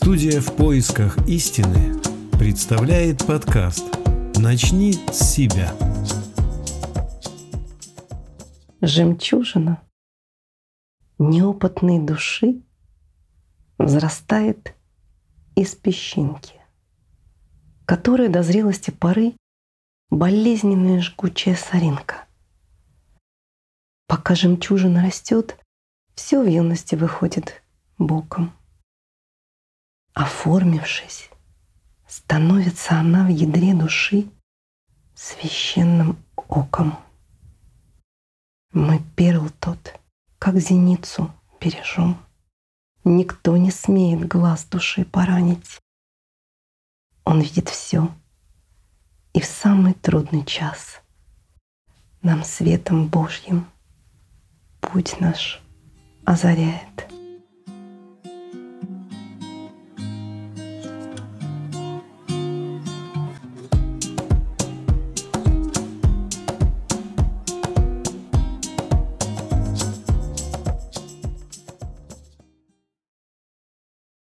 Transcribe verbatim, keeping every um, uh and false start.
Студия «В поисках истины» представляет подкаст «Начни с себя». Жемчужина неопытной души взрастает из песчинки, которая до зрелости поры болезненная жгучая соринка. Пока жемчужина растет, все в юности выходит боком. Оформившись, становится она в ядре души священным оком. Мы перл тот, как зеницу, бережем. Никто не смеет глаз души поранить. Он видит все, и в самый трудный час нам светом Божьим путь наш озаряет.